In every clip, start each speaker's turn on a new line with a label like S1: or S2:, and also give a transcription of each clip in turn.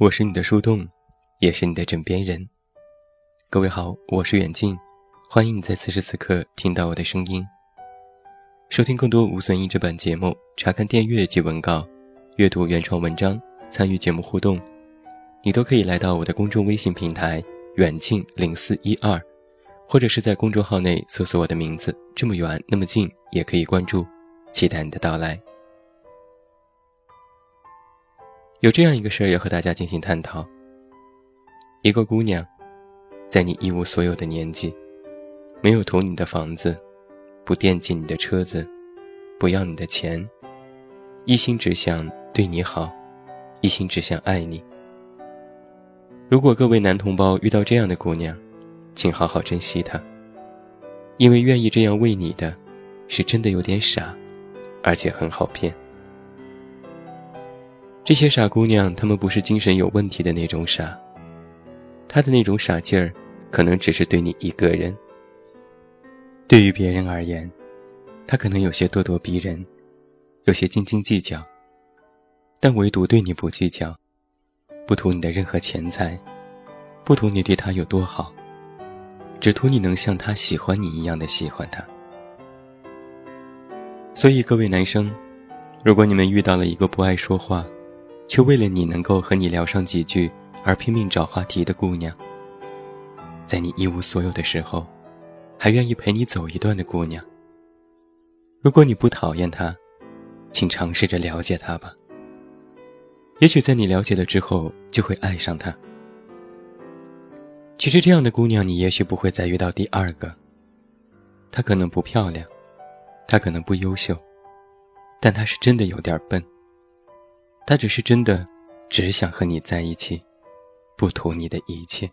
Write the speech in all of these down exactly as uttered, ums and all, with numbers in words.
S1: 我是你的树洞，也是你的枕边人。各位好，我是远近，欢迎你在此时此刻听到我的声音。收听更多无损益这版节目，查看电阅及文稿，阅读原创文章，参与节目互动，你都可以来到我的公众微信平台远近零四一二，或者是在公众号内搜索我的名字，这么远那么近，也可以关注，期待你的到来。有这样一个事儿要和大家进行探讨。一个姑娘，在你一无所有的年纪，没有图你的房子，不惦记你的车子，不要你的钱，一心只想对你好，一心只想爱你。如果各位男同胞遇到这样的姑娘，请好好珍惜她，因为愿意这样为你的，是真的有点傻，而且很好骗。这些傻姑娘，她们不是精神有问题的那种傻，她的那种傻劲儿，可能只是对你一个人。对于别人而言，她可能有些咄咄逼人，有些斤斤计较，但唯独对你不计较，不图你的任何钱财，不图你对她有多好，只图你能像她喜欢你一样的喜欢她。所以各位男生，如果你们遇到了一个不爱说话，却为了你能够和你聊上几句而拼命找话题的姑娘，在你一无所有的时候还愿意陪你走一段的姑娘，如果你不讨厌她，请尝试着了解她吧。也许在你了解了之后就会爱上她。其实这样的姑娘你也许不会再遇到第二个，她可能不漂亮，她可能不优秀，但她是真的有点笨，她只是真的只想和你在一起，不图你的一切。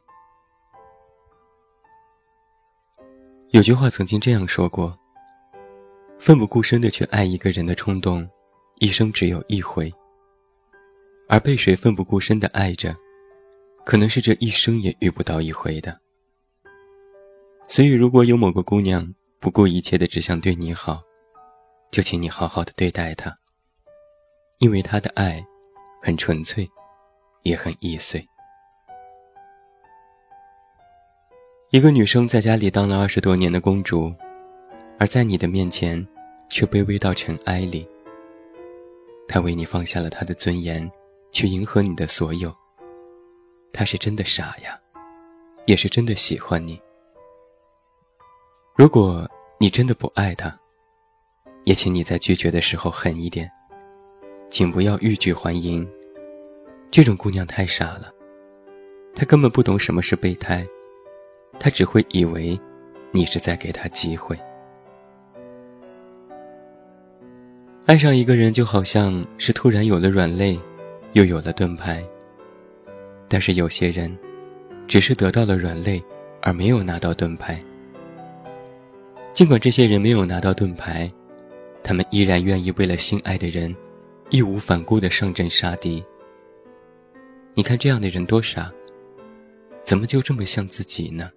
S1: 有句话曾经这样说过，奋不顾身地去爱一个人的冲动，一生只有一回，而被谁奋不顾身地爱着，可能是这一生也遇不到一回的。所以如果有某个姑娘不顾一切地只想对你好，就请你好好地对待她，因为她的爱很纯粹，也很易碎。一个女生在家里当了二十多年的公主，而在你的面前却卑微到尘埃里。她为你放下了她的尊严，去迎合你的所有。她是真的傻呀，也是真的喜欢你。如果你真的不爱她，也请你在拒绝的时候狠一点，请不要欲拒还迎。这种姑娘太傻了，她根本不懂什么是备胎，她只会以为你是在给她机会。爱上一个人就好像是突然有了软肋，又有了盾牌。但是有些人只是得到了软肋，而没有拿到盾牌。尽管这些人没有拿到盾牌，他们依然愿意为了心爱的人义无反顾地上阵杀敌。你看这样的人多傻，怎么就这么像自己呢？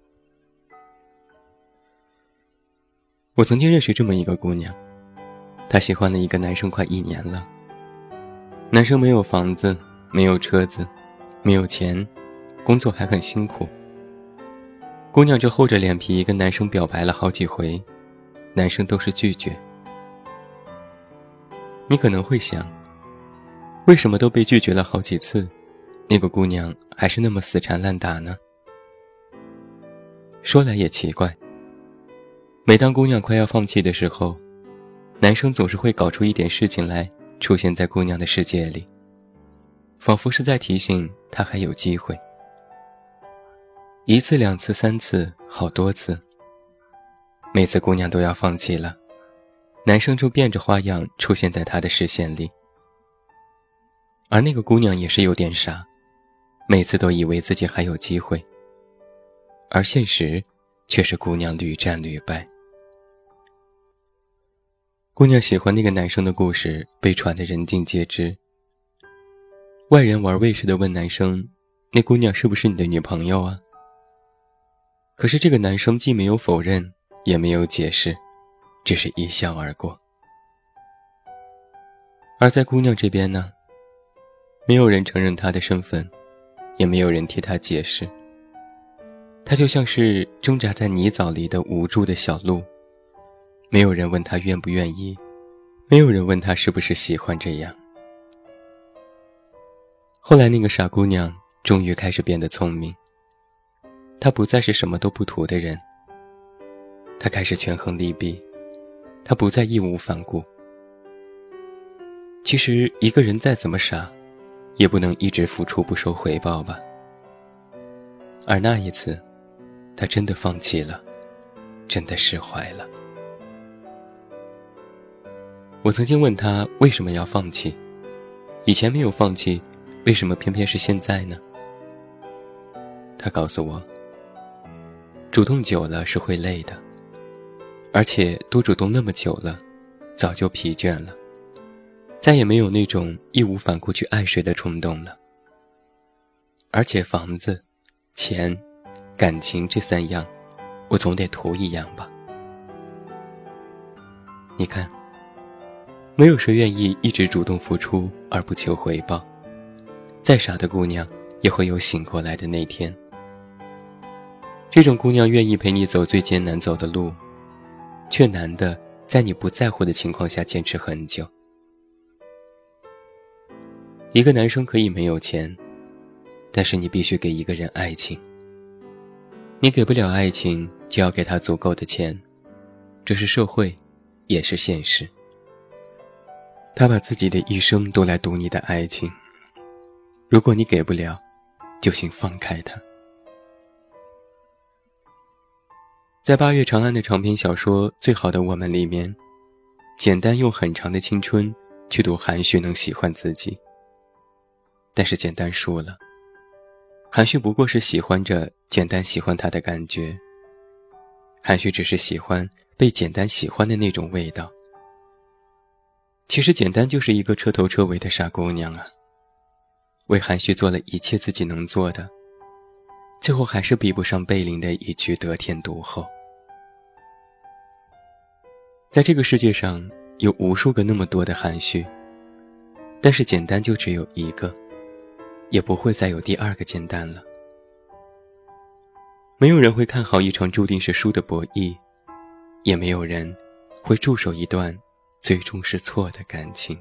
S1: 我曾经认识这么一个姑娘，她喜欢了一个男生快一年了。男生没有房子，没有车子，没有钱，工作还很辛苦。姑娘就厚着脸皮跟男生表白了好几回，男生都是拒绝。你可能会想，为什么都被拒绝了好几次，那个姑娘还是那么死缠烂打呢？说来也奇怪，每当姑娘快要放弃的时候，男生总是会搞出一点事情来，出现在姑娘的世界里，仿佛是在提醒她还有机会。一次两次三次好多次，每次姑娘都要放弃了，男生就变着花样出现在她的视线里。而那个姑娘也是有点傻，每次都以为自己还有机会，而现实却是姑娘屡战屡败。姑娘喜欢那个男生的故事被传得人尽皆知，外人玩味似的问男生，那姑娘是不是你的女朋友啊？可是这个男生既没有否认，也没有解释，只是一笑而过。而在姑娘这边呢， 没有人承认他的身份，也没有人替他解释。他就像是挣扎在泥沼里的无助的小鹿，没有人问他愿不愿意，没有人问他是不是喜欢这样。后来那个傻姑娘终于开始变得聪明，她不再是什么都不图的人，她开始权衡利弊，她不再义无反顾。其实一个人再怎么傻，也不能一直付出不收回报吧。而那一次，他真的放弃了，真的释怀了。我曾经问他为什么要放弃，以前没有放弃，为什么偏偏是现在呢？他告诉我，主动久了是会累的，而且多主动那么久了，早就疲倦了，再也没有那种义无反顾去爱谁的冲动了。而且房子、钱、感情这三样，我总得图一样吧。你看，没有谁愿意一直主动付出而不求回报，再傻的姑娘也会有醒过来的那天。这种姑娘愿意陪你走最艰难走的路，却难得在你不在乎的情况下坚持很久。一个男生可以没有钱，但是你必须给一个人爱情。你给不了爱情，就要给他足够的钱，这是社会，也是现实。他把自己的一生都来赌你的爱情，如果你给不了，就请放开他。在八月长安的长篇小说《最好的我们》里面，简单用很长的青春去赌含蓄能喜欢自己，但是简单输了。含蓄不过是喜欢着简单喜欢他的感觉，含蓄只是喜欢被简单喜欢的那种味道。其实简单就是一个彻头彻尾的傻姑娘啊，为含蓄做了一切自己能做的，最后还是比不上贝林的一句得天独厚。在这个世界上有无数个那么多的含蓄，但是简单就只有一个，也不会再有第二个简单了。没有人会看好一场注定是输的博弈，也没有人会驻守一段最终是错的感情。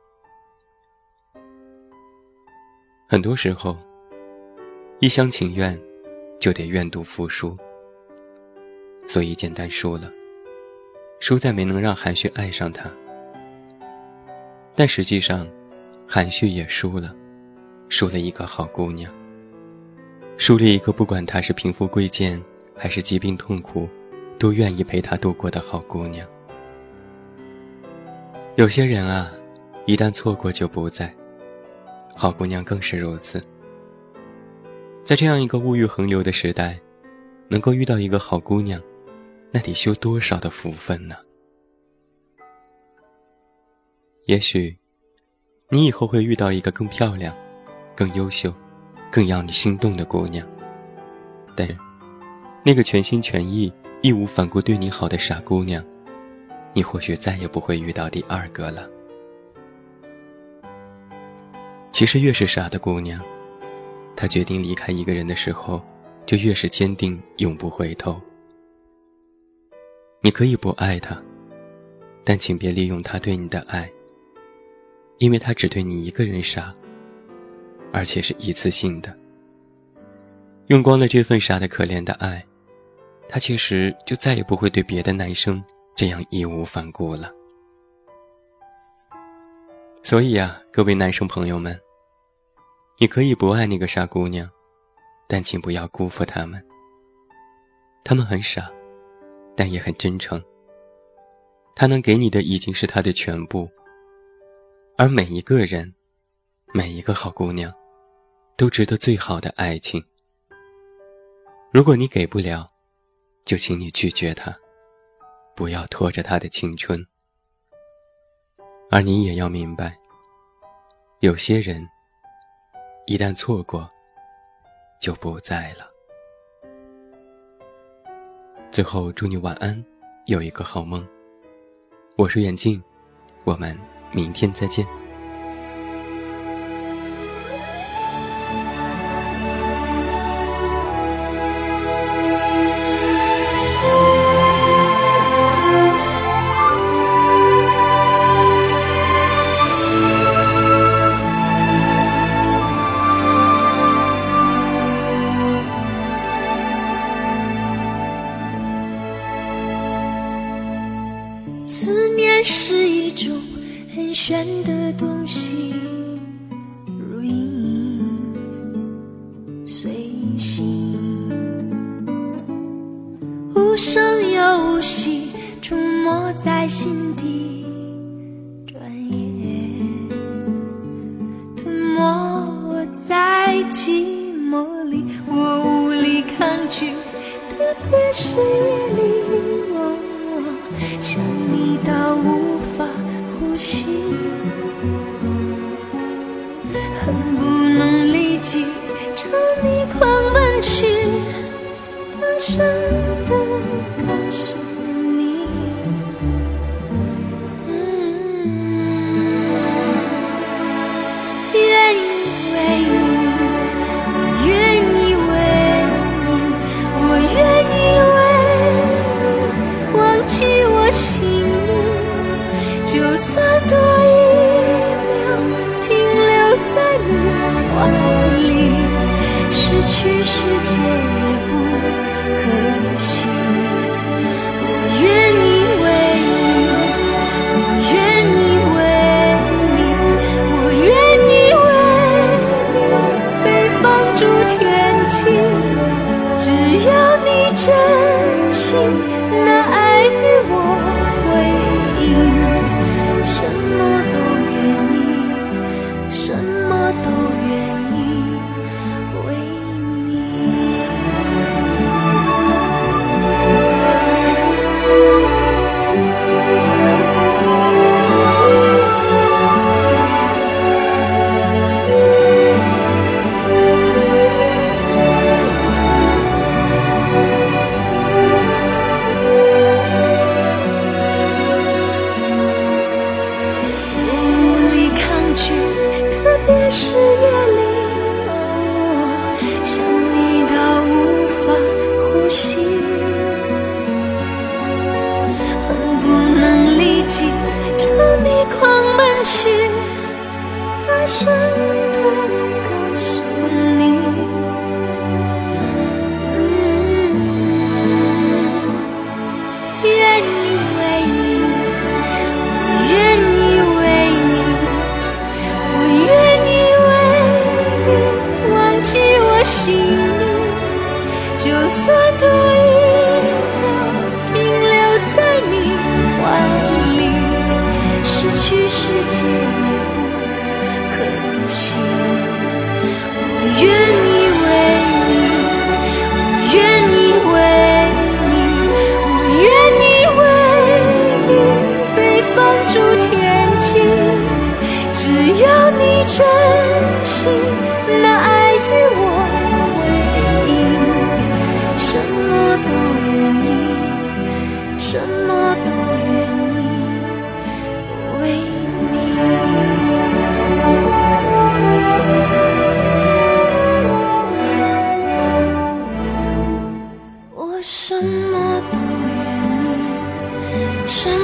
S1: 很多时候，一厢情愿就得愿赌服输，所以简单输了，输在没能让含蓄爱上他。但实际上，含蓄也输了，输了一个好姑娘，输了一个不管她是贫富贵贱还是疾病痛苦，都愿意陪她度过的好姑娘。有些人啊，一旦错过就不在，好姑娘更是如此。在这样一个物欲横流的时代，能够遇到一个好姑娘，那得修多少的福分呢？也许你以后会遇到一个更漂亮、更优秀、更让你心动的姑娘，但那个全心全意、义无反顾对你好的傻姑娘，你或许再也不会遇到第二个了。其实越是傻的姑娘，她决定离开一个人的时候，就越是坚定，永不回头。你可以不爱她，但请别利用她对你的爱，因为她只对你一个人傻，而且是一次性的。用光了这份傻的可怜的爱，她其实就再也不会对别的男生这样义无反顾了。所以啊，各位男生朋友们，你可以不爱那个傻姑娘，但请不要辜负她们。她们很傻，但也很真诚。她能给你的已经是她的全部，而每一个人，每一个好姑娘，都值得最好的爱情。如果你给不了，就请你拒绝她，不要拖着她的青春。而你也要明白，有些人一旦错过就不在了。最后祝你晚安，有一个好梦。我是远近，我们明天再见。
S2: 恋是一种很玄的东西，如影随形，无声又无息，出没在心底，转眼吞没我在寂寞里，我无力抗拒，特别是夜里，我想你到无法呼吸，恨不能立即朝你狂奔去，大声地告诉你，嗯，愿意为你，我愿意为你，我愿意为你忘记我心里，就算多一秒停留在你怀里，失去世界也不可惜。我愿意为你，我愿意为你，我愿意为你被放逐天际，只要你真心那爱与我回应，什么都愿意，什么都愿意为你。无力抗拒，特别是夜里，我想你到无法呼吸，恨不能立即朝你狂奔去，大声地告诉你，嗯，愿意为你，我愿意为你，我愿意为你忘记我心里，就算多一秒停留在你怀里，失去世界也不可惜。我愿意为你，我愿意为你，我愿意为你被放逐天际，只要你真心那爱与我回应，什么都愿意，什么都愿意为你。我什么都愿意，什